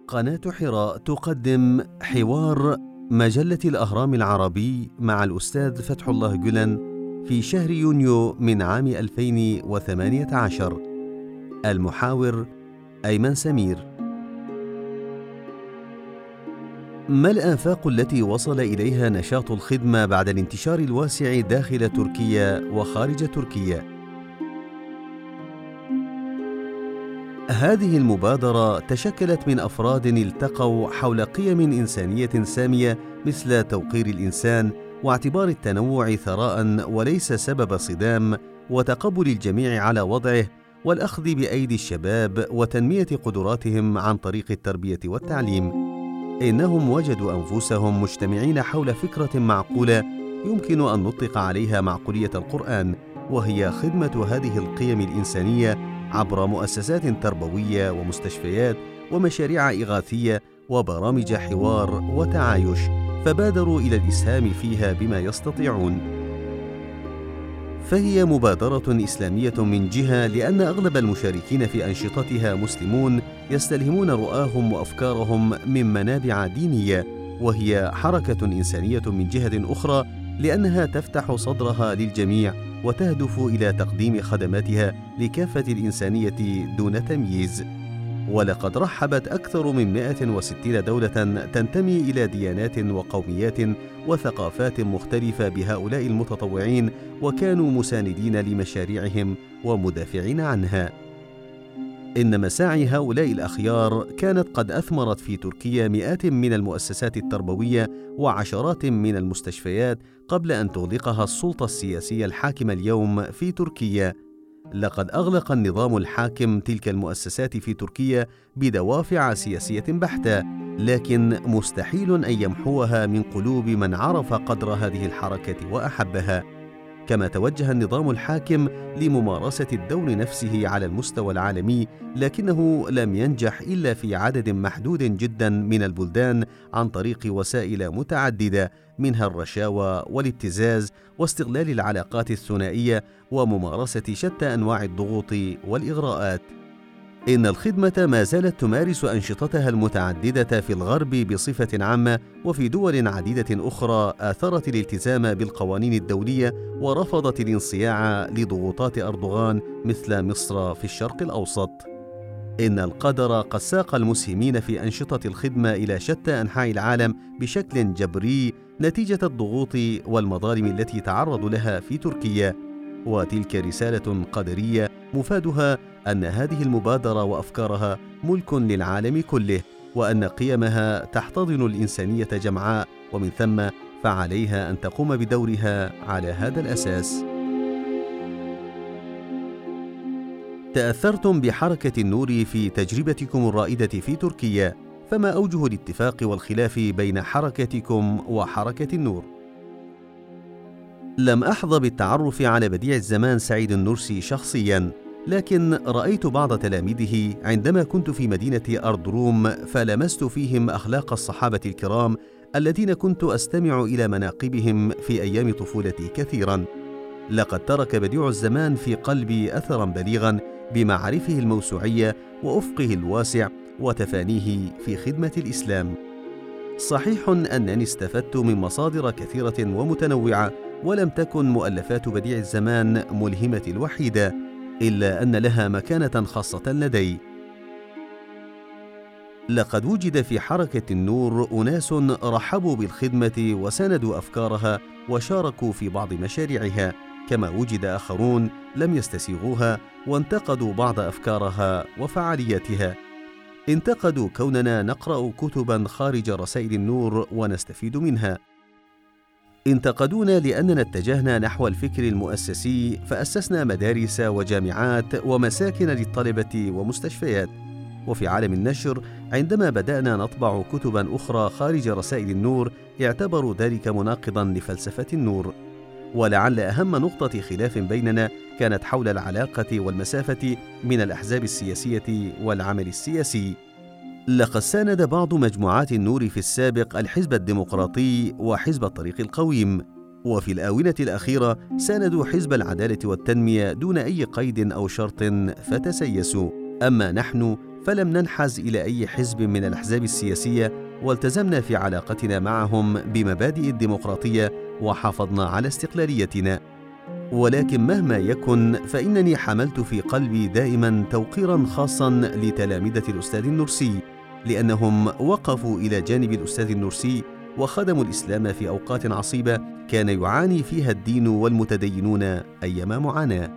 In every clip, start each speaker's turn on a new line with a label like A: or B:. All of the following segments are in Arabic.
A: قناة حراء تقدم حوار مجلة الأهرام العربي مع الأستاذ فتح الله جلن في شهر يونيو من عام 2018. المحاور أيمن سمير. ما الآفاق التي وصل إليها نشاط الخدمة بعد الانتشار الواسع داخل تركيا وخارج تركيا؟ هذه المبادرة تشكلت من أفراد التقوا حول قيم إنسانية سامية مثل توقير الإنسان واعتبار التنوع ثراء وليس سبب صدام، وتقبل الجميع على وضعه، والأخذ بأيدي الشباب وتنمية قدراتهم عن طريق التربية والتعليم. إنهم وجدوا أنفسهم مجتمعين حول فكرة معقولة يمكن أن نطلق عليها معقولية القرآن، وهي خدمة هذه القيم الإنسانية عبر مؤسسات تربوية ومستشفيات ومشاريع إغاثية وبرامج حوار وتعايش، فبادروا إلى الإسهام فيها بما يستطيعون. فهي مبادرة إسلامية من جهة، لأن أغلب المشاركين في أنشطتها مسلمون يستلهمون رؤاهم وأفكارهم من منابع دينية، وهي حركة إنسانية من جهة أخرى، لأنها تفتح صدرها للجميع وتهدف إلى تقديم خدماتها لكافة الإنسانية دون تمييز. ولقد رحبت أكثر من 160 دولة تنتمي إلى ديانات وقوميات وثقافات مختلفة بهؤلاء المتطوعين، وكانوا مساندين لمشاريعهم ومدافعين عنها. إن مساعي هؤلاء الأخيار كانت قد أثمرت في تركيا مئات من المؤسسات التربوية وعشرات من المستشفيات قبل أن تغلقها السلطة السياسية الحاكمة اليوم في تركيا. لقد أغلق النظام الحاكم تلك المؤسسات في تركيا بدوافع سياسية بحتة، لكن مستحيل أن يمحوها من قلوب من عرف قدر هذه الحركة وأحبها. كما توجه النظام الحاكم لممارسة الدور نفسه على المستوى العالمي، لكنه لم ينجح إلا في عدد محدود جدا من البلدان عن طريق وسائل متعددة، منها الرشاوى والابتزاز واستغلال العلاقات الثنائية وممارسة شتى أنواع الضغوط والإغراءات. إن الخدمة ما زالت تمارس أنشطتها المتعددة في الغرب بصفة عامة، وفي دول عديدة أخرى آثرت الالتزام بالقوانين الدولية ورفضت الانصياع لضغوطات أردوغان مثل مصر في الشرق الأوسط. إن القدر قد ساق المسهمين في أنشطة الخدمة إلى شتى أنحاء العالم بشكل جبري نتيجة الضغوط والمظالم التي تعرضوا لها في تركيا، وتلك رسالة قدرية مفادها أن هذه المبادرة وأفكارها ملك للعالم كله، وأن قيمها تحتضن الإنسانية جمعاء، ومن ثم فعليها أن تقوم بدورها على هذا الأساس. تأثرتم بحركة النور في تجربتكم الرائدة في تركيا، فما أوجه الاتفاق والخلاف بين حركتكم وحركة النور؟ لم أحظى بالتعرف على بديع الزمان سعيد النورسي شخصياً، لكن رأيت بعض تلاميذه عندما كنت في مدينة أردروم، فلمست فيهم أخلاق الصحابة الكرام الذين كنت أستمع إلى مناقبهم في أيام طفولتي كثيراً. لقد ترك بديع الزمان في قلبي أثراً بليغاً بمعارفه الموسوعية وأفقه الواسع وتفانيه في خدمة الإسلام. صحيح أنني استفدت من مصادر كثيرة ومتنوعة، ولم تكن مؤلفات بديع الزمان ملهمة الوحيدة، إلا أن لها مكانة خاصة لدي. لقد وجد في حركة النور أناس رحبوا بالخدمة وساندوا أفكارها وشاركوا في بعض مشاريعها، كما وجد آخرون لم يستسيغوها وانتقدوا بعض أفكارها وفعالياتها. انتقدوا كوننا نقرأ كتبا خارج رسائل النور ونستفيد منها. انتقدونا لأننا اتجهنا نحو الفكر المؤسسي، فأسسنا مدارس وجامعات ومساكن للطلبة ومستشفيات. وفي عالم النشر، عندما بدأنا نطبع كتبا أخرى خارج رسائل النور، اعتبروا ذلك مناقضا لفلسفة النور. ولعل أهم نقطة خلاف بيننا كانت حول العلاقة والمسافة من الأحزاب السياسية والعمل السياسي. لقد ساند بعض مجموعات النور في السابق الحزب الديمقراطي وحزب الطريق القويم، وفي الآونة الأخيرة ساندوا حزب العدالة والتنمية دون أي قيد أو شرط فتسيسوا. أما نحن فلم ننحز إلى أي حزب من الأحزاب السياسية، والتزمنا في علاقتنا معهم بمبادئ الديمقراطية وحافظنا على استقلاليتنا. ولكن مهما يكن فإنني حملت في قلبي دائما توقيرا خاصا لتلامذة الأستاذ النرسي، لأنهم وقفوا إلى جانب الأستاذ النرسي وخدموا الإسلام في أوقات عصيبة كان يعاني فيها الدين والمتدينون أيما معاناة.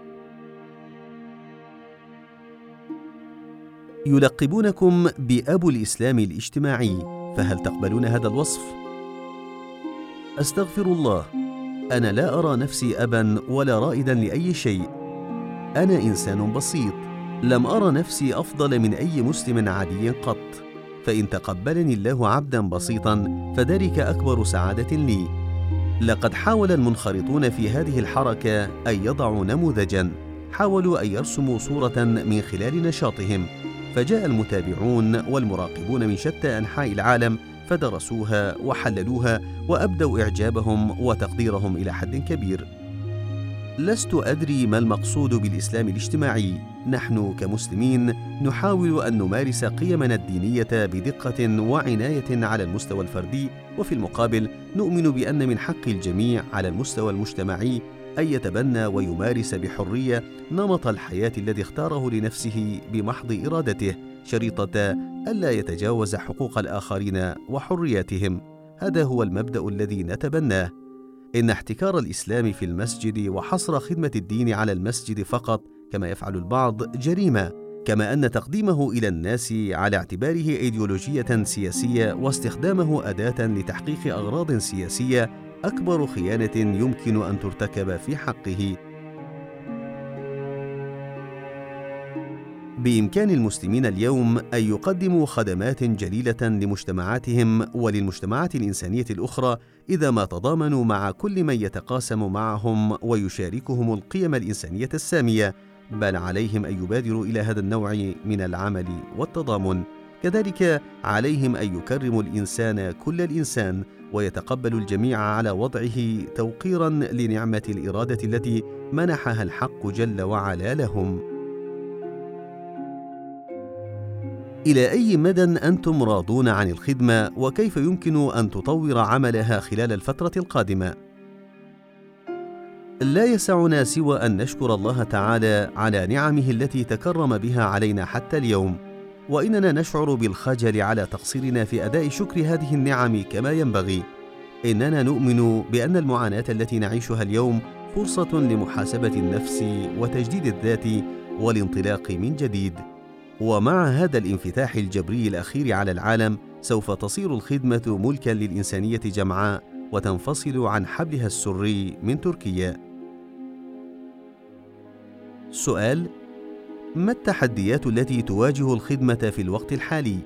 A: يلقبونكم بأبو الإسلام الاجتماعي، فهل تقبلون هذا الوصف؟ أستغفر الله، أنا لا أرى نفسي أبا ولا رائدا لأي شيء. أنا إنسان بسيط، لم أرى نفسي أفضل من أي مسلم عادي قط، فإن تقبلني الله عبدا بسيطا فذلك أكبر سعادة لي. لقد حاول المنخرطون في هذه الحركة أن يضعوا نموذجا، حاولوا أن يرسموا صورة من خلال نشاطهم، فجاء المتابعون والمراقبون من شتى أنحاء العالم فدرسوها وحللوها وأبدوا إعجابهم وتقديرهم إلى حد كبير. لست أدري ما المقصود بالإسلام الاجتماعي. نحن كمسلمين نحاول أن نمارس قيمنا الدينية بدقة وعناية على المستوى الفردي، وفي المقابل نؤمن بأن من حق الجميع على المستوى المجتمعي أن يتبنى ويمارس بحرية نمط الحياة الذي اختاره لنفسه بمحض إرادته، شريطة ألا يتجاوز حقوق الآخرين وحرياتهم. هذا هو المبدأ الذي نتبناه. إن احتكار الإسلام في المسجد وحصر خدمة الدين على المسجد فقط كما يفعل البعض جريمة، كما أن تقديمه إلى الناس على اعتباره إيديولوجية سياسية واستخدامه أداة لتحقيق أغراض سياسية أكبر خيانة يمكن أن ترتكب في حقه. بإمكان المسلمين اليوم أن يقدموا خدمات جليلة لمجتمعاتهم وللمجتمعات الإنسانية الأخرى إذا ما تضامنوا مع كل من يتقاسم معهم ويشاركهم القيم الإنسانية السامية، بل عليهم أن يبادروا إلى هذا النوع من العمل والتضامن. كذلك عليهم أن يكرموا الإنسان كل الإنسان ويتقبلوا الجميع على وضعه توقيرا لنعمة الإرادة التي منحها الحق جل وعلا لهم. إلى أي مدى أنتم راضون عن الخدمة، وكيف يمكن أن تطور عملها خلال الفترة القادمة؟ لا يسعنا سوى أن نشكر الله تعالى على نعمه التي تكرم بها علينا حتى اليوم، وإننا نشعر بالخجل على تقصيرنا في أداء شكر هذه النعم كما ينبغي. إننا نؤمن بأن المعاناة التي نعيشها اليوم فرصة لمحاسبة النفس وتجديد الذات والانطلاق من جديد. ومع هذا الانفتاح الجبري الأخير على العالم سوف تصير الخدمة ملكا للإنسانية جمعاء وتنفصل عن حبلها السري من تركيا. سؤال: ما التحديات التي تواجه الخدمة في الوقت الحالي؟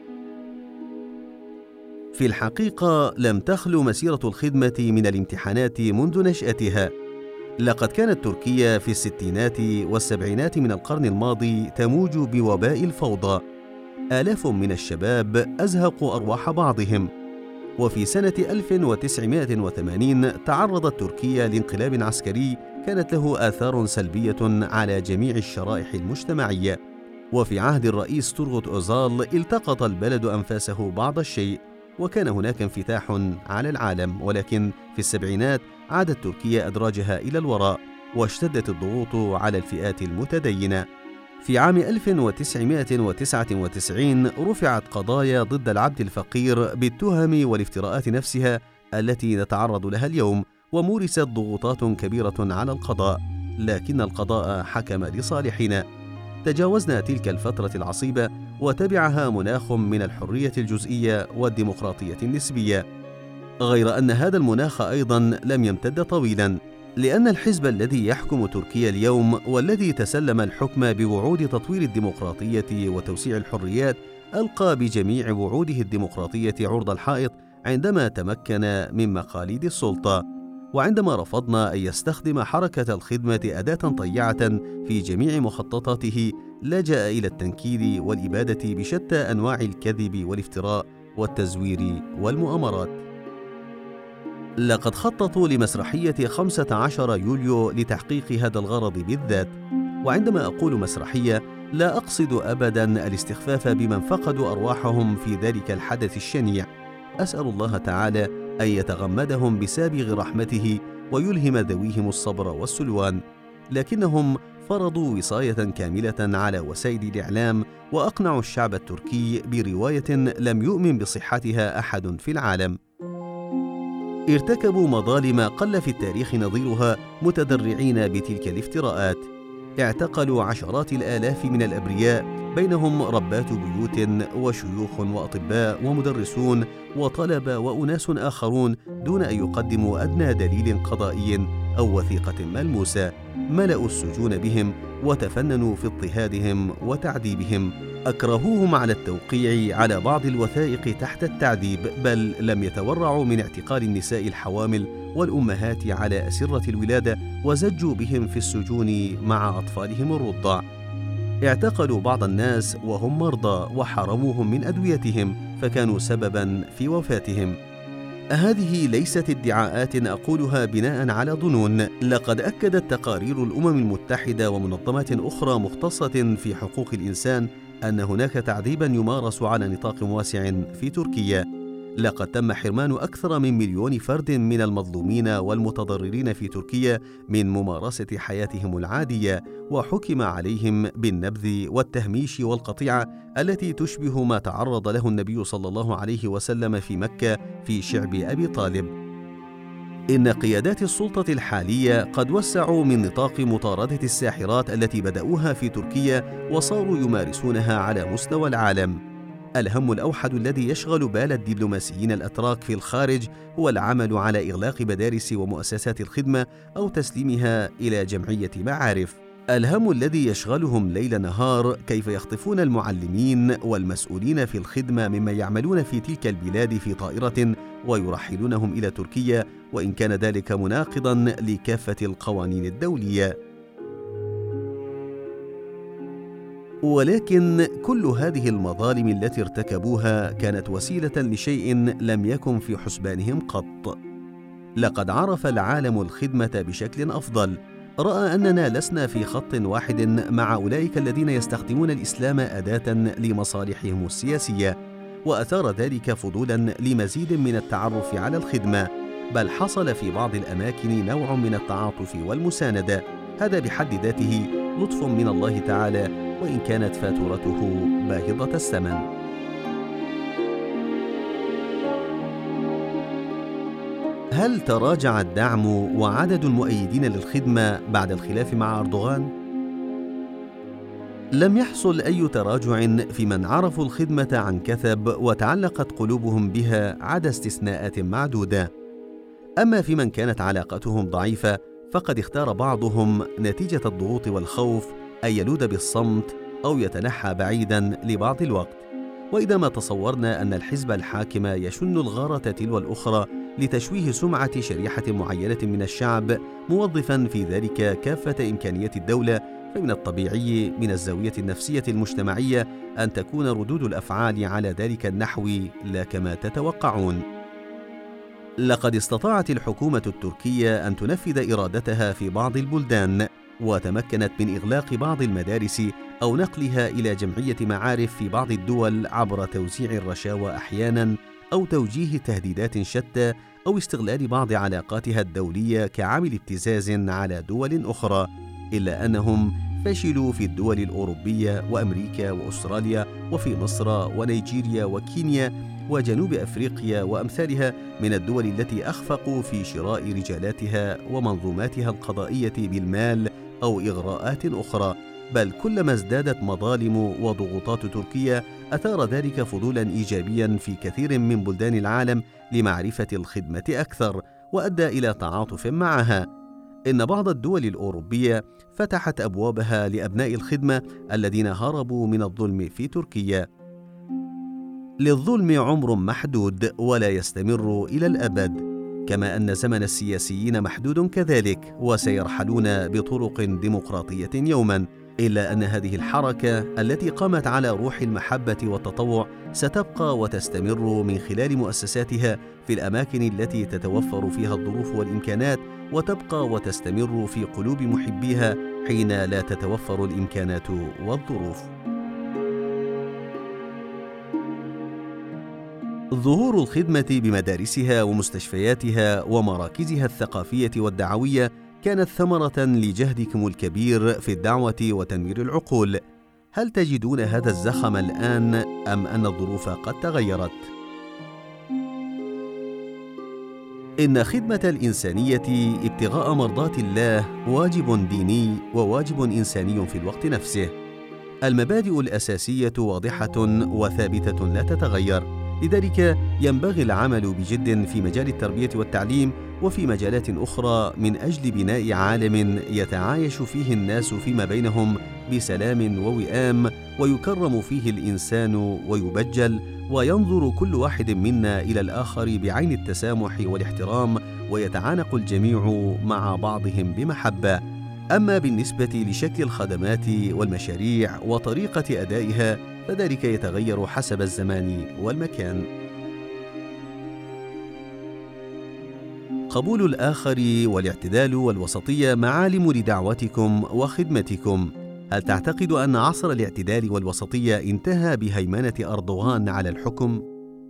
A: في الحقيقة لم تخلو مسيرة الخدمة من الامتحانات منذ نشأتها. لقد كانت تركيا في الستينات والسبعينات من القرن الماضي تموج بوباء الفوضى. آلاف من الشباب أزهقوا أرواح بعضهم. وفي سنة 1980 تعرضت تركيا لانقلاب عسكري كانت له آثار سلبية على جميع الشرائح المجتمعية. وفي عهد الرئيس تورغوت أوزال التقط البلد أنفاسه بعض الشيء، وكان هناك انفتاح على العالم. ولكن في السبعينات عادت تركيا أدراجها إلى الوراء، واشتدت الضغوط على الفئات المتدينة. في عام 1999 رفعت قضايا ضد العبد الفقير بالتهم والافتراءات نفسها التي نتعرض لها اليوم، ومورست ضغوطات كبيرة على القضاء، لكن القضاء حكم لصالحنا. تجاوزنا تلك الفترة العصيبة وتبعها مناخ من الحرية الجزئية والديمقراطية النسبية، غير أن هذا المناخ أيضا لم يمتد طويلا، لأن الحزب الذي يحكم تركيا اليوم والذي تسلم الحكم بوعود تطوير الديمقراطية وتوسيع الحريات ألقى بجميع وعوده الديمقراطية عرض الحائط عندما تمكن من مقاليد السلطة، وعندما رفضنا أن يستخدم حركة الخدمة أداة طيعة في جميع مخططاته لجأ إلى التنكيل والإبادة بشتى أنواع الكذب والافتراء والتزوير والمؤامرات. لقد خططوا لمسرحية 15 يوليو لتحقيق هذا الغرض بالذات. وعندما أقول مسرحية لا أقصد أبداً الاستخفاف بمن فقدوا أرواحهم في ذلك الحدث الشنيع. أسأل الله تعالى أن يتغمدهم بسابغ رحمته ويلهم ذويهم الصبر والسلوان، لكنهم فرضوا وصاية كاملة على وسائل الإعلام وأقنعوا الشعب التركي برواية لم يؤمن بصحتها أحد في العالم. ارتكبوا مظالم قل في التاريخ نظيرها متذرعين بتلك الافتراءات. اعتقلوا عشرات الآلاف من الأبرياء، بينهم ربات بيوت وشيوخ وأطباء ومدرسون وطلبة وأناس آخرون، دون أن يقدموا أدنى دليل قضائي أو وثيقة ملموسة. ملأوا السجون بهم وتفننوا في اضطهادهم وتعذيبهم. أكرهوهم على التوقيع على بعض الوثائق تحت التعذيب، بل لم يتورعوا من اعتقال النساء الحوامل والأمهات على أسرة الولادة، وزجوا بهم في السجون مع أطفالهم الرضع. اعتقلوا بعض الناس وهم مرضى وحرموهم من أدويتهم، فكانوا سبباً في وفاتهم. هذه ليست ادعاءات أقولها بناء على ظنون، لقد أكدت تقارير الأمم المتحدة ومنظمات أخرى مختصة في حقوق الإنسان أن هناك تعذيباً يمارس على نطاق واسع في تركيا. لقد تم حرمان أكثر من 1,000,000 فرد من المظلومين والمتضررين في تركيا من ممارسة حياتهم العادية، وحكم عليهم بالنبذ والتهميش والقطيعة التي تشبه ما تعرض له النبي صلى الله عليه وسلم في مكة في شعب أبي طالب. إن قيادات السلطة الحالية قد وسعوا من نطاق مطاردة الساحرات التي بدأوها في تركيا وصاروا يمارسونها على مستوى العالم. الهم الأوحد الذي يشغل بال الدبلوماسيين الأتراك في الخارج هو العمل على إغلاق مدارس ومؤسسات الخدمة أو تسليمها إلى جمعية معارف. الهم الذي يشغلهم ليل نهار كيف يخطفون المعلمين والمسؤولين في الخدمة ممن يعملون في تلك البلاد في طائرة ويرحلونهم إلى تركيا، وإن كان ذلك مناقضاً لكافة القوانين الدولية. ولكن كل هذه المظالم التي ارتكبوها كانت وسيلة لشيء لم يكن في حسبانهم قط. لقد عرف العالم الخدمة بشكل أفضل، رأى أننا لسنا في خط واحد مع أولئك الذين يستخدمون الإسلام أداة لمصالحهم السياسية، وأثار ذلك فضولاً لمزيد من التعرف على الخدمة، بل حصل في بعض الأماكن نوع من التعاطف والمساندة. هذا بحد ذاته لطف من الله تعالى، وإن كانت فاتورته باهظة الثمن. هل تراجع الدعم وعدد المؤيدين للخدمة بعد الخلاف مع أردوغان؟ لم يحصل أي تراجع في من عرفوا الخدمة عن كثب وتعلقت قلوبهم بها عدا استثناءات معدودة. أما في من كانت علاقتهم ضعيفة فقد اختار بعضهم نتيجة الضغوط والخوف أن يلود بالصمت أو يتنحى بعيداً لبعض الوقت. وإذا ما تصورنا أن الحزب الحاكم يشن الغارة تلو الأخرى لتشويه سمعة شريحة معينة من الشعب، موظفاً في ذلك كافة إمكانيات الدولة، فمن الطبيعي من الزاوية النفسية المجتمعية أن تكون ردود الأفعال على ذلك النحو لا كما تتوقعون. لقد استطاعت الحكومة التركية أن تنفذ إرادتها في بعض البلدان، وتمكنت من إغلاق بعض المدارس أو نقلها إلى جمعية معارف في بعض الدول عبر توزيع الرشاوى أحياناً، أو توجيه تهديدات شتى، أو استغلال بعض علاقاتها الدولية كعامل ابتزاز على دول أخرى. إلا أنهم فشلوا في الدول الأوروبية وأمريكا وأستراليا وفي مصر ونيجيريا وكينيا وجنوب أفريقيا وأمثالها من الدول التي أخفقوا في شراء رجالاتها ومنظوماتها القضائية بالمال أو إغراءات أخرى. بل كلما ازدادت مظالم وضغوطات تركيا أثار ذلك فضولاً إيجابياً في كثير من بلدان العالم لمعرفة الخدمة أكثر، وأدى إلى تعاطف معها. إن بعض الدول الأوروبية فتحت أبوابها لأبناء الخدمة الذين هربوا من الظلم في تركيا. للظلم عمر محدود ولا يستمر إلى الأبد، كما أن زمن السياسيين محدود كذلك، وسيرحلون بطرق ديمقراطية يوماً. إلا أن هذه الحركة التي قامت على روح المحبة والتطوع ستبقى وتستمر من خلال مؤسساتها في الأماكن التي تتوفر فيها الظروف والإمكانات، وتبقى وتستمر في قلوب محبيها حين لا تتوفر الإمكانات والظروف. ظهور الخدمة بمدارسها ومستشفياتها ومراكزها الثقافية والدعوية كانت ثمرة لجهدكم الكبير في الدعوة وتنوير العقول. هل تجدون هذا الزخم الآن أم أن الظروف قد تغيرت؟ إن خدمة الإنسانية ابتغاء مرضاة الله واجب ديني وواجب إنساني في الوقت نفسه. المبادئ الأساسية واضحة وثابتة لا تتغير، لذلك ينبغي العمل بجد في مجال التربية والتعليم وفي مجالات أخرى من أجل بناء عالم يتعايش فيه الناس فيما بينهم بسلام ووئام، ويكرم فيه الإنسان ويبجل، وينظر كل واحد منا إلى الآخر بعين التسامح والاحترام، ويتعانق الجميع مع بعضهم بمحبة. أما بالنسبة لشكل الخدمات والمشاريع وطريقة أدائها فذلك يتغير حسب الزمان والمكان. قبول الآخر والاعتدال والوسطية معالم لدعوتكم وخدمتكم. هل تعتقد أن عصر الاعتدال والوسطية انتهى بهيمنة أردوغان على الحكم؟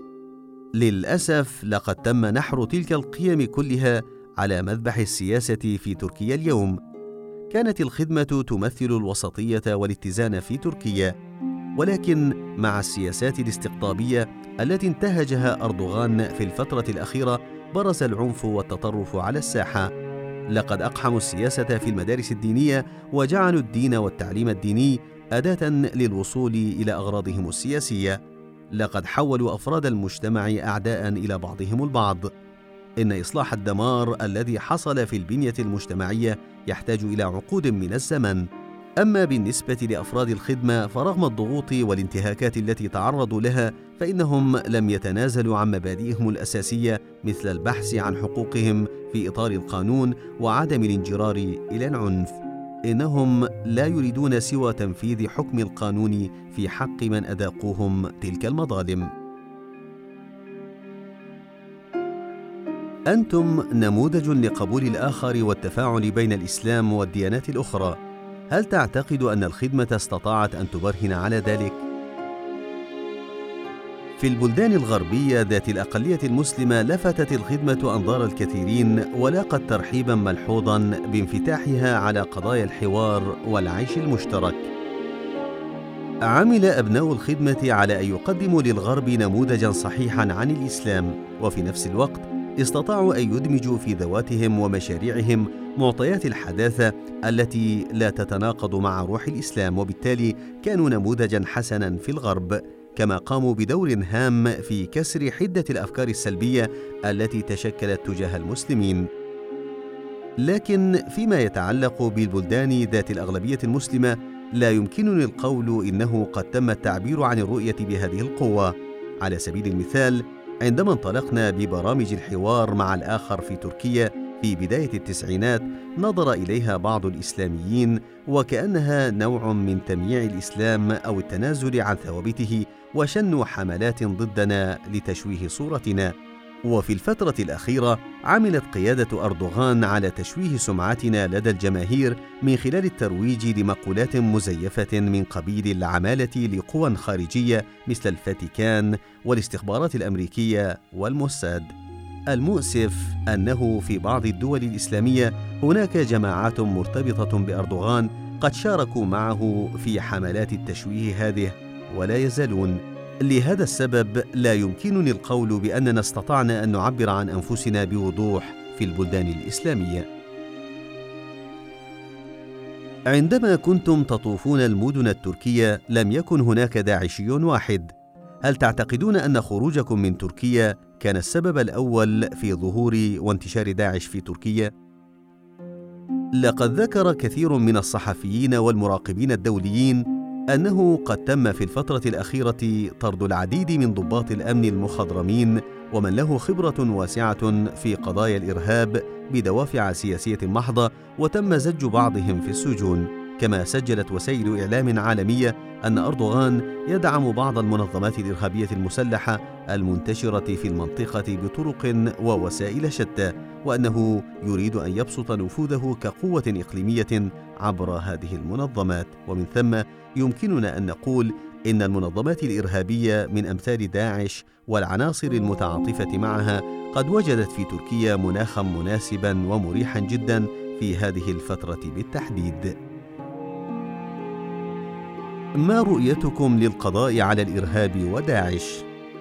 A: للأسف لقد تم نحر تلك القيم كلها على مذبح السياسة في تركيا اليوم. كانت الخدمة تمثل الوسطية والاتزان في تركيا، ولكن مع السياسات الاستقطابية التي انتهجها أردوغان في الفترة الأخيرة برز العنف والتطرف على الساحة. لقد أقحموا السياسة في المدارس الدينية وجعلوا الدين والتعليم الديني أداة للوصول إلى أغراضهم السياسية. لقد حولوا أفراد المجتمع أعداء إلى بعضهم البعض. إن إصلاح الدمار الذي حصل في البنية المجتمعية يحتاج إلى عقود من الزمن. أما بالنسبة لأفراد الخدمة فرغم الضغوط والانتهاكات التي تعرضوا لها فإنهم لم يتنازلوا عن مبادئهم الأساسية مثل البحث عن حقوقهم في إطار القانون وعدم الانجرار إلى العنف. إنهم لا يريدون سوى تنفيذ حكم القانون في حق من أذاقوهم تلك المظالم. أنتم نموذج لقبول الآخر والتفاعل بين الإسلام والديانات الأخرى. هل تعتقد أن الخدمة استطاعت أن تبرهن على ذلك؟ في البلدان الغربية ذات الأقلية المسلمة لفتت الخدمة أنظار الكثيرين ولاقت ترحيباً ملحوظاً بانفتاحها على قضايا الحوار والعيش المشترك. عمل أبناء الخدمة على أن يقدموا للغرب نموذجاً صحيحاً عن الإسلام، وفي نفس الوقت استطاعوا أن يدمجوا في ذواتهم ومشاريعهم معطيات الحداثة التي لا تتناقض مع روح الإسلام، وبالتالي كانوا نموذجاً حسناً في الغرب، كما قاموا بدور هام في كسر حدة الأفكار السلبية التي تشكلت تجاه المسلمين. لكن فيما يتعلق بالبلدان ذات الأغلبية المسلمة لا يمكنني القول إنه قد تم التعبير عن الرؤية بهذه القوة. على سبيل المثال، عندما انطلقنا ببرامج الحوار مع الآخر في تركيا في بداية التسعينات نظر إليها بعض الإسلاميين وكأنها نوع من تمييع الإسلام أو التنازل عن ثوابته، وشنوا حملات ضدنا لتشويه صورتنا. وفي الفترة الأخيرة عملت قيادة أردوغان على تشويه سمعتنا لدى الجماهير من خلال الترويج لمقولات مزيفة من قبيل العمالة لقوى خارجية مثل الفاتيكان والاستخبارات الأمريكية والموساد. المؤسف أنه في بعض الدول الإسلامية هناك جماعات مرتبطة بأردوغان قد شاركوا معه في حملات التشويه هذه ولا يزالون. لهذا السبب لا يمكنني القول بأننا استطعنا أن نعبر عن أنفسنا بوضوح في البلدان الإسلامية. عندما كنتم تطوفون المدن التركية لم يكن هناك داعشي واحد. هل تعتقدون أن خروجكم من تركيا كان السبب الأول في ظهور وانتشار داعش في تركيا؟ لقد ذكر كثير من الصحفيين والمراقبين الدوليين أنه قد تم في الفترة الأخيرة طرد العديد من ضباط الأمن المخضرمين ومن له خبرة واسعة في قضايا الإرهاب بدوافع سياسية محضة، وتم زج بعضهم في السجون. كما سجلت وسائل إعلام عالمية أن أردوغان يدعم بعض المنظمات الإرهابية المسلحة المنتشرة في المنطقة بطرق ووسائل شتى، وأنه يريد أن يبسط نفوذه كقوة إقليمية عبر هذه المنظمات. ومن ثم يمكننا أن نقول إن المنظمات الإرهابية من أمثال داعش والعناصر المتعاطفة معها قد وجدت في تركيا مناخا مناسبا ومريحا جدا في هذه الفترة بالتحديد. ما رؤيتكم للقضاء على الإرهاب وداعش؟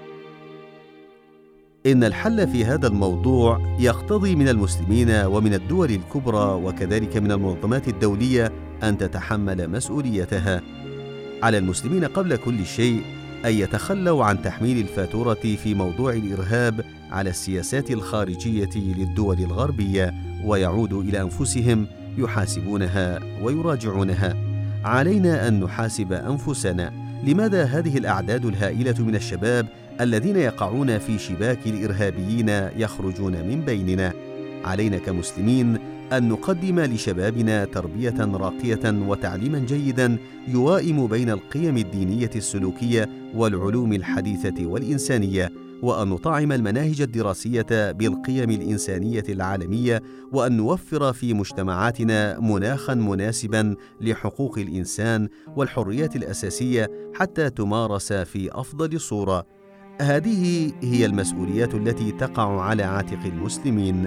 A: إن الحل في هذا الموضوع يقتضي من المسلمين ومن الدول الكبرى وكذلك من المنظمات الدولية أن تتحمل مسؤوليتها. على المسلمين قبل كل شيء أن يتخلوا عن تحميل الفاتورة في موضوع الإرهاب على السياسات الخارجية للدول الغربية، ويعودوا إلى أنفسهم يحاسبونها ويراجعونها. علينا أن نحاسب أنفسنا. لماذا هذه الأعداد الهائلة من الشباب الذين يقعون في شباك الإرهابيين يخرجون من بيننا؟ علينا كمسلمين أن نقدم لشبابنا تربية راقية وتعليما جيدا يوائم بين القيم الدينية السلوكية والعلوم الحديثة والإنسانية، وأن نطعم المناهج الدراسية بالقيم الإنسانية العالمية، وأن نوفر في مجتمعاتنا مناخا مناسبا لحقوق الإنسان والحريات الأساسية حتى تمارس في أفضل صورة. هذه هي المسؤوليات التي تقع على عاتق المسلمين.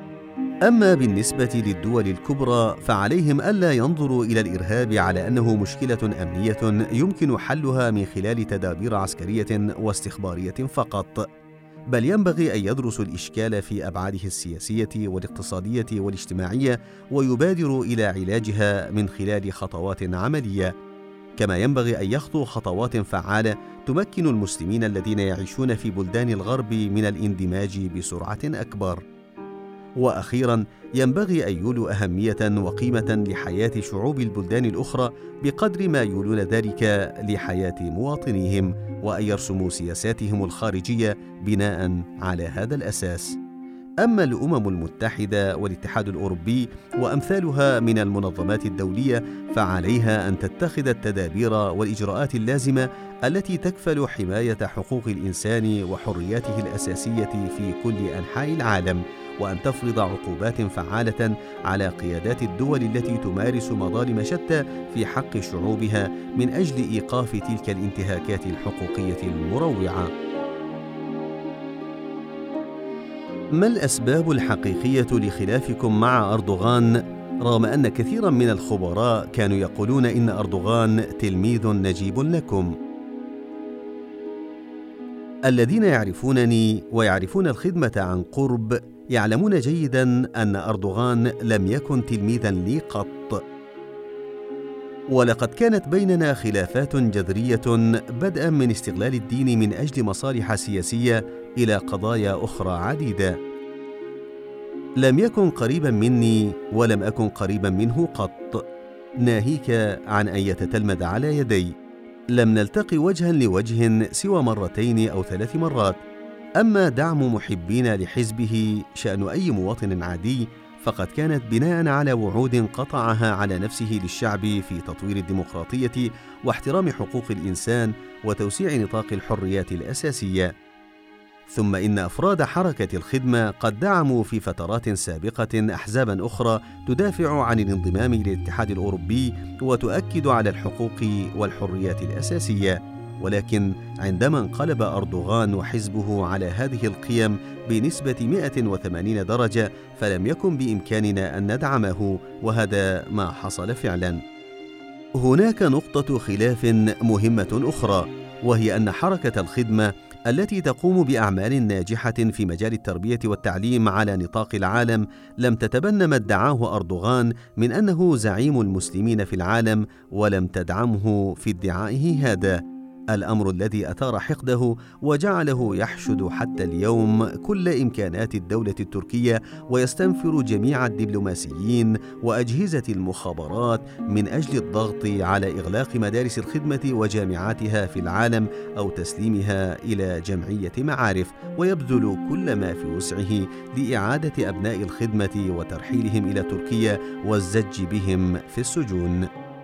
A: أما بالنسبة للدول الكبرى فعليهم ألا ينظروا إلى الإرهاب على أنه مشكلة أمنية يمكن حلها من خلال تدابير عسكرية واستخبارية فقط، بل ينبغي أن يدرسوا الإشكال في أبعاده السياسية والاقتصادية والاجتماعية ويبادروا إلى علاجها من خلال خطوات عملية. كما ينبغي أن يخطوا خطوات فعالة تمكن المسلمين الذين يعيشون في بلدان الغرب من الاندماج بسرعة أكبر. وأخيراً، ينبغي أن يولوا أهمية وقيمة لحياة شعوب البلدان الأخرى بقدر ما يولون ذلك لحياة مواطنيهم، وأن يرسموا سياساتهم الخارجية بناءً على هذا الأساس. أما الأمم المتحدة والاتحاد الأوروبي وأمثالها من المنظمات الدولية فعليها أن تتخذ التدابير والإجراءات اللازمة التي تكفل حماية حقوق الإنسان وحرياته الأساسية في كل أنحاء العالم، وأن تفرض عقوبات فعالة على قيادات الدول التي تمارس مظالم شتى في حق شعوبها من أجل إيقاف تلك الانتهاكات الحقوقية المروعة. ما الأسباب الحقيقية لخلافكم مع أردوغان، رغم أن كثيرا من الخبراء كانوا يقولون إن أردوغان تلميذ نجيب لكم؟ الذين يعرفونني ويعرفون الخدمة عن قرب يعلمون جيدا أن أردوغان لم يكن تلميذا لي قط، ولقد كانت بيننا خلافات جذرية بدءا من استغلال الدين من أجل مصالح سياسية إلى قضايا أخرى عديدة. لم يكن قريبا مني ولم أكن قريبا منه قط، ناهيك عن أن يتتلمذ على يدي. لم نلتقي وجها لوجه سوى 2 أو 3 مرات. أما دعم محبين لحزبه شأن أي مواطن عادي فقد كانت بناء على وعود قطعها على نفسه للشعب في تطوير الديمقراطية واحترام حقوق الإنسان وتوسيع نطاق الحريات الأساسية. ثم إن أفراد حركة الخدمة قد دعموا في فترات سابقة أحزابا أخرى تدافع عن الانضمام للاتحاد الأوروبي وتؤكد على الحقوق والحريات الأساسية، ولكن عندما انقلب أردوغان وحزبه على هذه القيم بنسبة 180 درجة فلم يكن بإمكاننا أن ندعمه، وهذا ما حصل فعلا. هناك نقطة خلاف مهمة أخرى، وهي أن حركة الخدمة التي تقوم بأعمال ناجحة في مجال التربية والتعليم على نطاق العالم لم تتبنى ما ادعاه أردوغان من أنه زعيم المسلمين في العالم، ولم تدعمه في ادعائه هذا، الأمر الذي أثار حقده وجعله يحشد حتى اليوم كل إمكانات الدولة التركية ويستنفر جميع الدبلوماسيين وأجهزة المخابرات من أجل الضغط على إغلاق مدارس الخدمة وجامعاتها في العالم أو تسليمها إلى جمعية معارف، ويبذل كل ما في وسعه لإعادة أبناء الخدمة وترحيلهم إلى تركيا والزج بهم في السجون.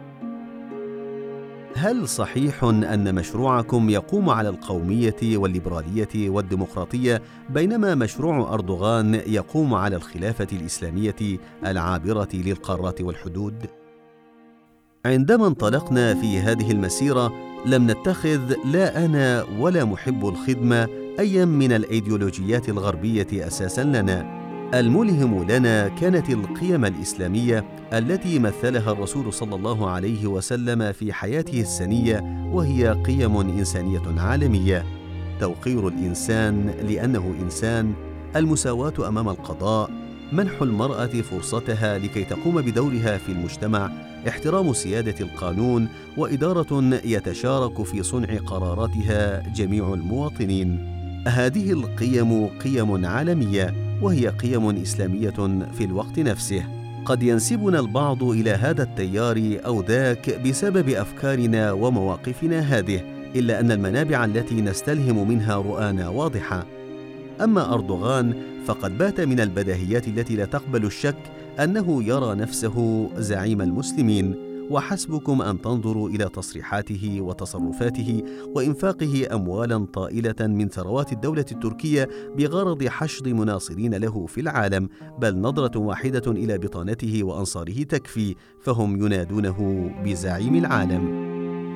A: هل صحيح أن مشروعكم يقوم على القومية والليبرالية والديمقراطية، بينما مشروع أردوغان يقوم على الخلافة الإسلامية العابرة للقارات والحدود؟ عندما انطلقنا في هذه المسيرة لم نتخذ لا أنا ولا محب الخدمة أي من الأيديولوجيات الغربية أساساً لنا. الملهم لنا كانت القيم الإسلامية التي مثلها الرسول صلى الله عليه وسلم في حياته السنية، وهي قيم إنسانية عالمية: توقير الإنسان لأنه إنسان، المساواة أمام القضاء، منح المرأة فرصتها لكي تقوم بدورها في المجتمع، احترام سيادة القانون، وإدارة يتشارك في صنع قراراتها جميع المواطنين. هذه القيم قيم عالمية، وهي قيم إسلامية في الوقت نفسه. قد ينسبنا البعض إلى هذا التيار أو ذاك بسبب أفكارنا ومواقفنا هذه، إلا أن المنابع التي نستلهم منها رؤانا واضحة. أما أردوغان فقد بات من البديهيات التي لا تقبل الشك أنه يرى نفسه زعيم المسلمين، وحسبكم أن تنظروا إلى تصريحاته وتصرفاته وإنفاقه أموالاً طائلة من ثروات الدولة التركية بغرض حشد مناصرين له في العالم، بل نظرة واحدة إلى بطانته وأنصاره تكفي، فهم ينادونه بزعيم العالم.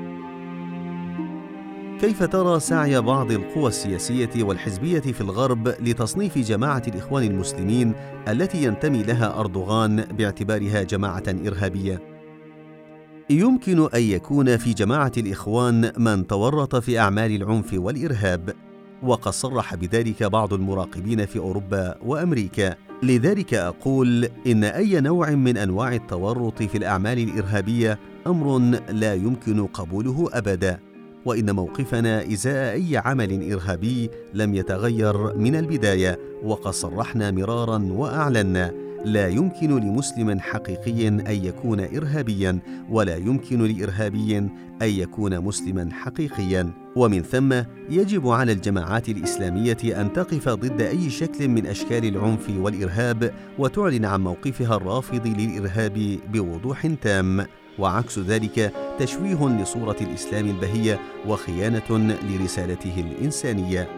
A: كيف ترى سعي بعض القوى السياسية والحزبية في الغرب لتصنيف جماعة الإخوان المسلمين التي ينتمي لها أردوغان باعتبارها جماعة إرهابية؟ يمكن أن يكون في جماعة الإخوان من تورط في أعمال العنف والإرهاب، وقد صرح بذلك بعض المراقبين في أوروبا وأمريكا. لذلك أقول إن أي نوع من أنواع التورط في الأعمال الإرهابية أمر لا يمكن قبوله أبدا، وإن موقفنا إزاء أي عمل إرهابي لم يتغير من البداية، وقد صرحنا مرارا وأعلنا: لا يمكن لمسلم حقيقي أن يكون إرهابيا، ولا يمكن لإرهابي أن يكون مسلما حقيقيا. ومن ثم يجب على الجماعات الإسلامية أن تقف ضد أي شكل من أشكال العنف والإرهاب، وتعلن عن موقفها الرافض للإرهاب بوضوح تام، وعكس ذلك تشويه لصورة الإسلام البهية وخيانة لرسالته الإنسانية.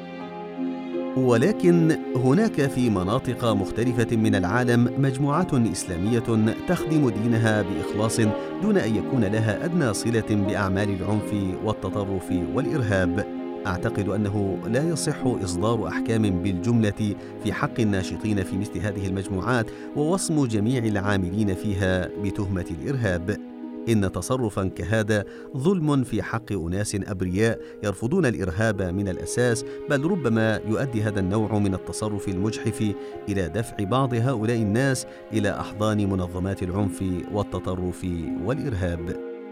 A: ولكن هناك في مناطق مختلفة من العالم مجموعات إسلامية تخدم دينها بإخلاص دون أن يكون لها أدنى صلة بأعمال العنف والتطرف والإرهاب. أعتقد أنه لا يصح إصدار أحكام بالجملة في حق الناشطين في مثل هذه المجموعات ووصم جميع العاملين فيها بتهمة الإرهاب. إن تصرفاً كهذا ظلم في حق أناس أبرياء يرفضون الإرهاب من الأساس، بل ربما يؤدي هذا النوع من التصرف المجحف إلى دفع بعض هؤلاء الناس إلى أحضان منظمات العنف والتطرف والإرهاب.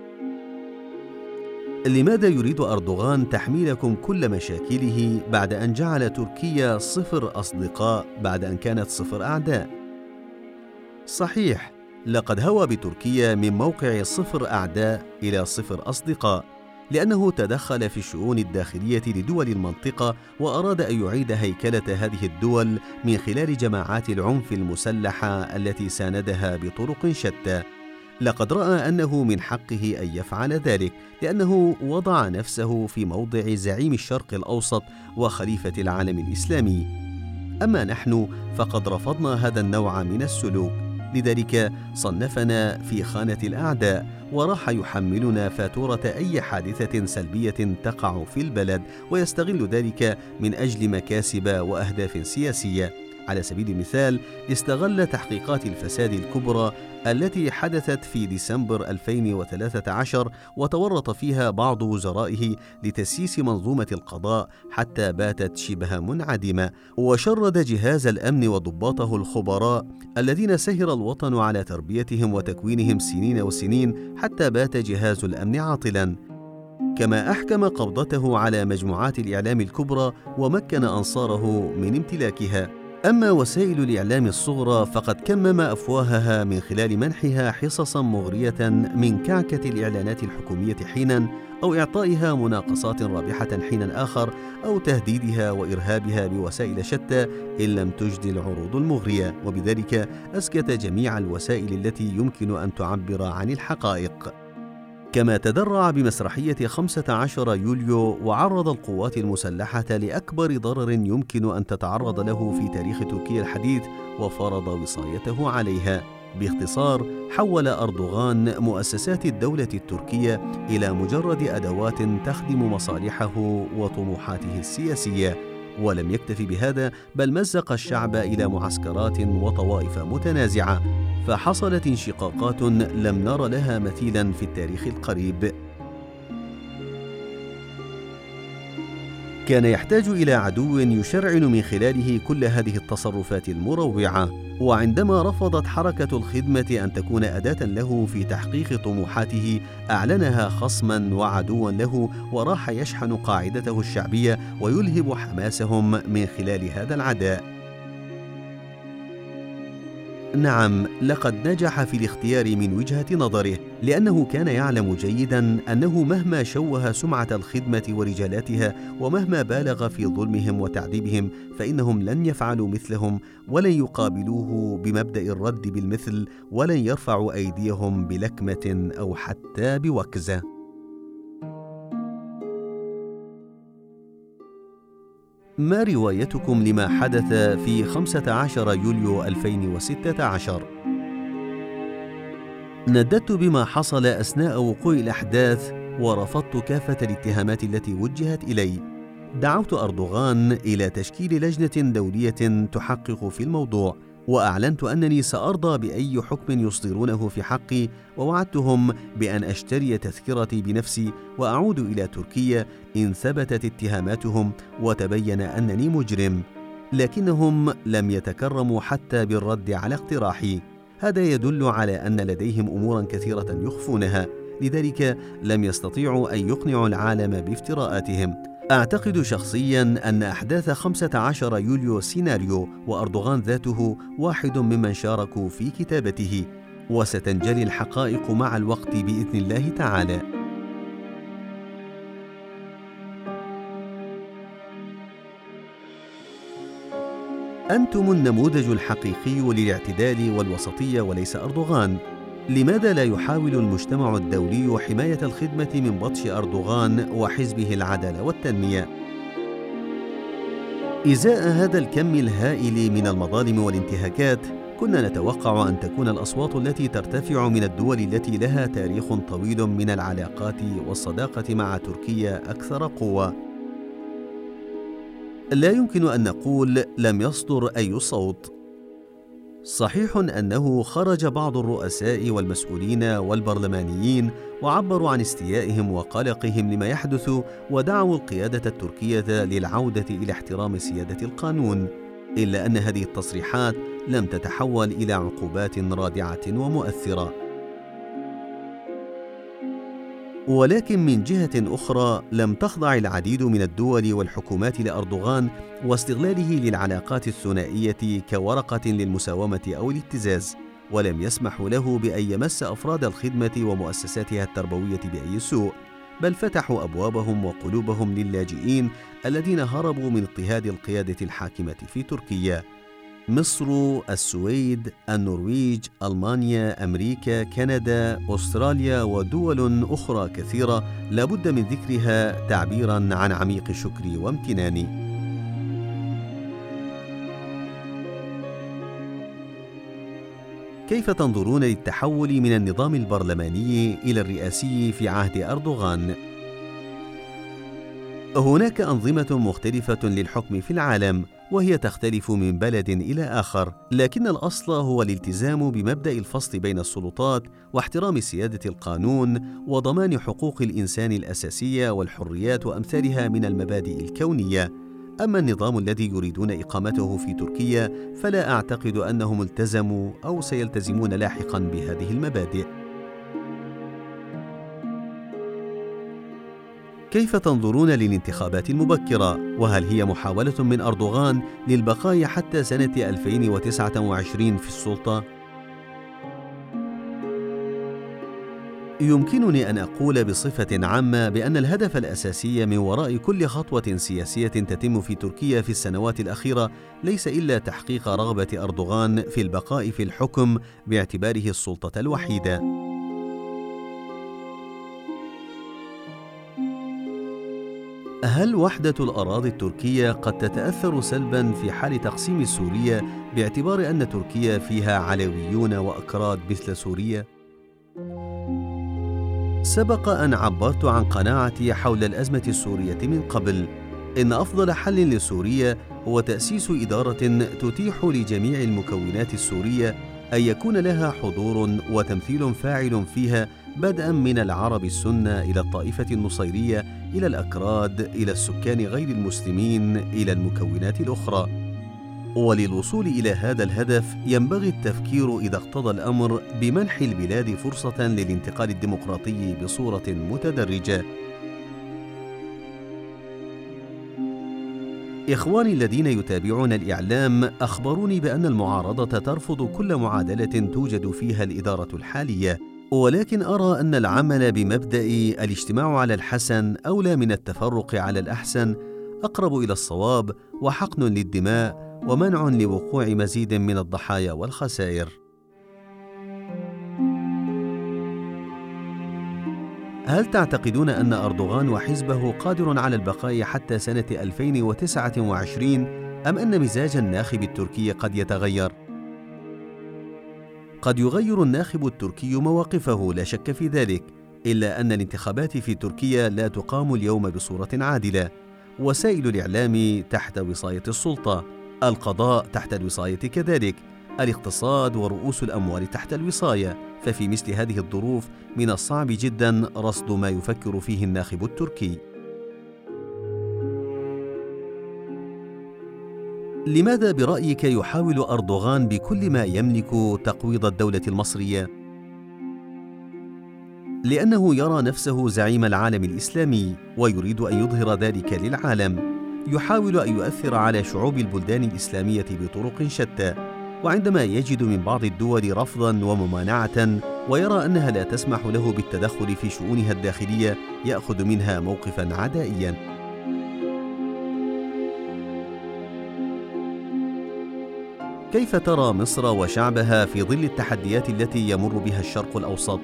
A: لماذا يريد أردوغان تحميلكم كل مشاكله بعد أن جعل تركيا 0 أصدقاء بعد أن كانت 0 أعداء؟ صحيح، لقد هوى بتركيا من موقع 0 أعداء إلى 0 أصدقاء، لأنه تدخل في الشؤون الداخلية لدول المنطقة وأراد أن يعيد هيكلة هذه الدول من خلال جماعات العنف المسلحة التي ساندها بطرق شتى. لقد رأى أنه من حقه أن يفعل ذلك، لأنه وضع نفسه في موضع زعيم الشرق الأوسط وخليفة العالم الإسلامي. أما نحن فقد رفضنا هذا النوع من السلوك، لذلك صنفنا في خانة الأعداء، وراح يحملنا فاتورة أي حادثة سلبية تقع في البلد، ويستغل ذلك من أجل مكاسب وأهداف سياسية. على سبيل المثال، استغل تحقيقات الفساد الكبرى التي حدثت في ديسمبر 2013 وتورط فيها بعض وزرائه لتسييس منظومة القضاء حتى باتت شبه منعدمة، وشرد جهاز الأمن وضباطه الخبراء الذين سهر الوطن على تربيتهم وتكوينهم سنين وسنين حتى بات جهاز الأمن عاطلا. كما أحكم قبضته على مجموعات الإعلام الكبرى ومكن أنصاره من امتلاكها. أما وسائل الإعلام الصغرى فقد كمم أفواهها من خلال منحها حصصاً مغرية من كعكة الإعلانات الحكومية حيناً، أو إعطائها مناقصات رابحة حيناً آخر، أو تهديدها وإرهابها بوسائل شتى إن لم تجد العروض المغرية، وبذلك أسكت جميع الوسائل التي يمكن أن تعبر عن الحقائق. كما تدرع بمسرحية 15 يوليو وعرض القوات المسلحة لأكبر ضرر يمكن أن تتعرض له في تاريخ تركيا الحديث وفرض وصايته عليها. باختصار، حول أردوغان مؤسسات الدولة التركية إلى مجرد أدوات تخدم مصالحه وطموحاته السياسية. ولم يكتف بهذا، بل مزق الشعب إلى معسكرات وطوائف متنازعة، فحصلت انشقاقات لم نر لها مثيلا في التاريخ القريب. كان يحتاج إلى عدو يشرعن من خلاله كل هذه التصرفات المروعة، وعندما رفضت حركة الخدمة أن تكون أداة له في تحقيق طموحاته، أعلنها خصما وعدوا له، وراح يشحن قاعدته الشعبية ويلهب حماسهم من خلال هذا العداء. نعم، لقد نجح في الاختيار من وجهة نظره، لأنه كان يعلم جيداً أنه مهما شوه سمعة الخدمة ورجالاتها، ومهما بالغ في ظلمهم وتعذيبهم، فإنهم لن يفعلوا مثلهم، ولن يقابلوه بمبدأ الرد بالمثل، ولن يرفعوا أيديهم بلكمة أو حتى بوكزة. ما روايتكم لما حدث في 15 يوليو 2016؟ نددت بما حصل أثناء وقوع الأحداث، ورفضت كافة الاتهامات التي وجهت إلي. دعوت أردوغان إلى تشكيل لجنة دولية تحقق في الموضوع، وأعلنت أنني سأرضى بأي حكم يصدرونه في حقي، ووعدتهم بأن أشتري تذكرتي بنفسي وأعود إلى تركيا إن ثبتت اتهاماتهم وتبين أنني مجرم. لكنهم لم يتكرموا حتى بالرد على اقتراحي. هذا يدل على أن لديهم أمورا كثيرة يخفونها، لذلك لم يستطيعوا أن يقنعوا العالم بافتراءاتهم. أعتقد شخصياً أن أحداث 15 يوليو سيناريو، وأردوغان ذاته واحد ممن شاركوا في كتابته، وستنجلي الحقائق مع الوقت بإذن الله تعالى. أنتم النموذج الحقيقي للاعتدال والوسطية وليس أردوغان. لماذا لا يحاول المجتمع الدولي حماية الخدمة من بطش أردوغان وحزبه العدالة والتنمية؟ إزاء هذا الكم الهائل من المظالم والانتهاكات، كنا نتوقع أن تكون الأصوات التي ترتفع من الدول التي لها تاريخ طويل من العلاقات والصداقة مع تركيا أكثر قوة. لا يمكن أن نقول لم يصدر أي صوت. صحيح أنه خرج بعض الرؤساء والمسؤولين والبرلمانيين وعبروا عن استيائهم وقلقهم لما يحدث، ودعوا القيادة التركية للعودة إلى احترام سيادة القانون، إلا أن هذه التصريحات لم تتحول إلى عقوبات رادعة ومؤثرة. ولكن من جهة أخرى، لم تخضع العديد من الدول والحكومات لأردوغان واستغلاله للعلاقات الثنائية كورقة للمساومة أو الابتزاز، ولم يسمحوا له بأن يمس أفراد الخدمة ومؤسساتها التربوية بأي سوء، بل فتحوا أبوابهم وقلوبهم للاجئين الذين هربوا من اضطهاد القيادة الحاكمة في تركيا. مصر، السويد، النرويج، ألمانيا، أمريكا، كندا، أستراليا ودول أخرى كثيرة لا بد من ذكرها تعبيراً عن عميق شكري وامتناني. كيف تنظرون للتحول من النظام البرلماني إلى الرئاسي في عهد أردوغان؟ هناك أنظمة مختلفة للحكم في العالم، وهي تختلف من بلد إلى آخر، لكن الأصل هو الالتزام بمبدأ الفصل بين السلطات واحترام سيادة القانون وضمان حقوق الإنسان الأساسية والحريات وأمثالها من المبادئ الكونية. أما النظام الذي يريدون إقامته في تركيا، فلا أعتقد أنهم التزموا أو سيلتزمون لاحقاً بهذه المبادئ. كيف تنظرون للانتخابات المبكرة؟ وهل هي محاولة من أردوغان للبقاء حتى سنة 2029 في السلطة؟ يمكنني أن أقول بصفة عامة بأن الهدف الأساسي من وراء كل خطوة سياسية تتم في تركيا في السنوات الأخيرة ليس إلا تحقيق رغبة أردوغان في البقاء في الحكم باعتباره السلطة الوحيدة. هل وحدة الأراضي التركية قد تتأثر سلباً في حال تقسيم سوريا باعتبار أن تركيا فيها علويون وأكراد مثل سوريا؟ سبق أن عبرت عن قناعتي حول الأزمة السورية من قبل. إن أفضل حل لسوريا هو تأسيس إدارة تتيح لجميع المكونات السورية أن يكون لها حضور وتمثيل فاعل فيها، بدءاً من العرب السنة إلى الطائفة النصيرية إلى الأكراد إلى السكان غير المسلمين إلى المكونات الأخرى. وللوصول إلى هذا الهدف ينبغي التفكير إذا اقتضى الأمر بمنح البلاد فرصة للانتقال الديمقراطي بصورة متدرجة. إخواني الذين يتابعون الإعلام أخبروني بأن المعارضة ترفض كل معادلة توجد فيها الإدارة الحالية، ولكن أرى أن العمل بمبدأ الاجتماع على الحسن أولى من التفرق على الأحسن، أقرب إلى الصواب وحقن للدماء ومنع لوقوع مزيد من الضحايا والخسائر. هل تعتقدون أن أردوغان وحزبه قادر على البقاء حتى سنة 2029 أم أن مزاج الناخب التركي قد يتغير؟ قد يغير الناخب التركي مواقفه لا شك في ذلك، إلا أن الانتخابات في تركيا لا تقام اليوم بصورة عادلة. وسائل الإعلام تحت وصاية السلطة، القضاء تحت الوصاية كذلك، الاقتصاد ورؤوس الأموال تحت الوصاية. ففي مثل هذه الظروف من الصعب جدا رصد ما يفكر فيه الناخب التركي. لماذا برأيك يحاول أردوغان بكل ما يملك تقويض الدولة المصرية؟ لأنه يرى نفسه زعيم العالم الإسلامي ويريد أن يظهر ذلك للعالم. يحاول أن يؤثر على شعوب البلدان الإسلامية بطرق شتى، وعندما يجد من بعض الدول رفضاً وممانعة ويرى أنها لا تسمح له بالتدخل في شؤونها الداخلية يأخذ منها موقفاً عدائياً. كيف ترى مصر وشعبها في ظل التحديات التي يمر بها الشرق الأوسط؟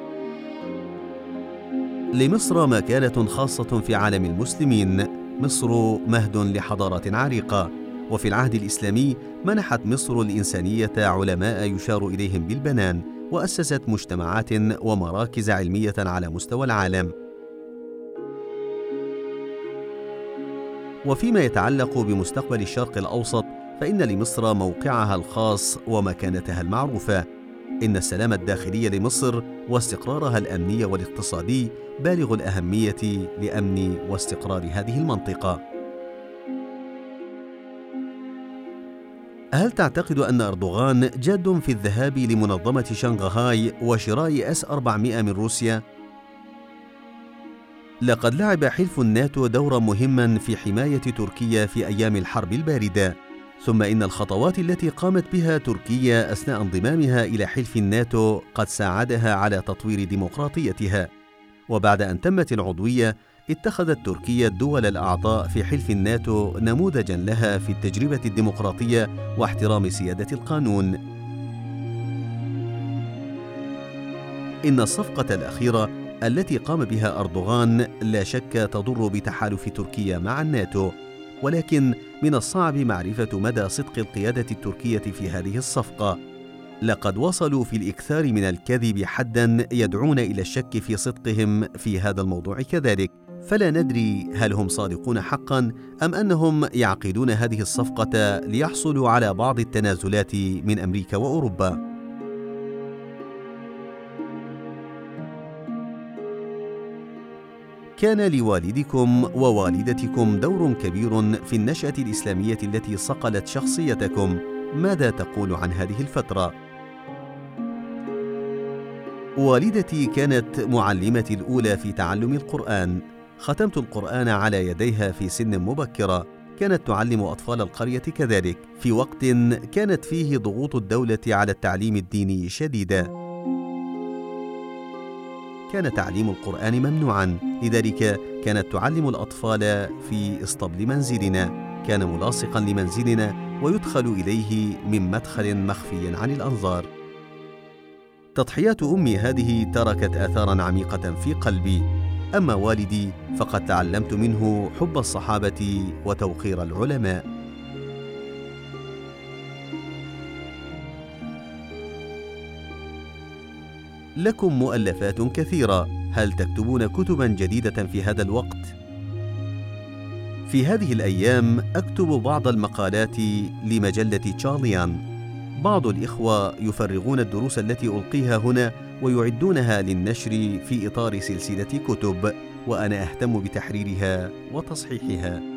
A: لمصر مكانة خاصة في عالم المسلمين. مصر مهد لحضارة عريقة، وفي العهد الإسلامي منحت مصر الإنسانية علماء يشار إليهم بالبنان، وأسست مجتمعات ومراكز علمية على مستوى العالم. وفيما يتعلق بمستقبل الشرق الأوسط فإن لمصر موقعها الخاص ومكانتها المعروفة. إن السلام الداخلي لمصر واستقرارها الأمني والاقتصادي بالغ الأهمية لأمن واستقرار هذه المنطقة. هل تعتقد أن أردوغان جاد في الذهاب لمنظمة شنغهاي وشراء S-400 من روسيا؟ لقد لعب حلف الناتو دورا مهما في حماية تركيا في أيام الحرب الباردة، ثم إن الخطوات التي قامت بها تركيا أثناء انضمامها إلى حلف الناتو قد ساعدها على تطوير ديمقراطيتها. وبعد أن تمت العضوية اتخذت تركيا الدول الأعضاء في حلف الناتو نموذجاً لها في التجربة الديمقراطية واحترام سيادة القانون. إن الصفقة الأخيرة التي قام بها أردوغان لا شك تضر بتحالف تركيا مع الناتو، ولكن من الصعب معرفة مدى صدق القيادة التركية في هذه الصفقة. لقد وصلوا في الإكثار من الكذب حداً يدعون إلى الشك في صدقهم في هذا الموضوع كذلك، فلا ندري هل هم صادقون حقاً أم أنهم يعقدون هذه الصفقة ليحصلوا على بعض التنازلات من أمريكا وأوروبا. كان لوالدكم ووالدتكم دور كبير في النشأة الإسلامية التي صقلت شخصيتكم. ماذا تقول عن هذه الفترة؟ والدتي كانت معلمتي الأولى في تعلم القرآن. ختمت القرآن على يديها في سن مبكرة. كانت تعلم أطفال القرية كذلك في وقت كانت فيه ضغوط الدولة على التعليم الديني شديدة. كان تعليم القرآن ممنوعاً، لذلك كانت تعلم الأطفال في اسطبل منزلنا. كان ملاصقاً لمنزلنا ويدخل إليه من مدخل مخفي عن الأنظار. تضحيات أمي هذه تركت آثاراً عميقة في قلبي. أما والدي فقد تعلمت منه حب الصحابة وتوقير العلماء. لكم مؤلفات كثيرة، هل تكتبون كتبا جديدة في هذا الوقت؟ في هذه الأيام أكتب بعض المقالات لمجلة تشارليان. بعض الإخوة يفرغون الدروس التي ألقيها هنا ويعدونها للنشر في إطار سلسلة كتب، وأنا أهتم بتحريرها وتصحيحها.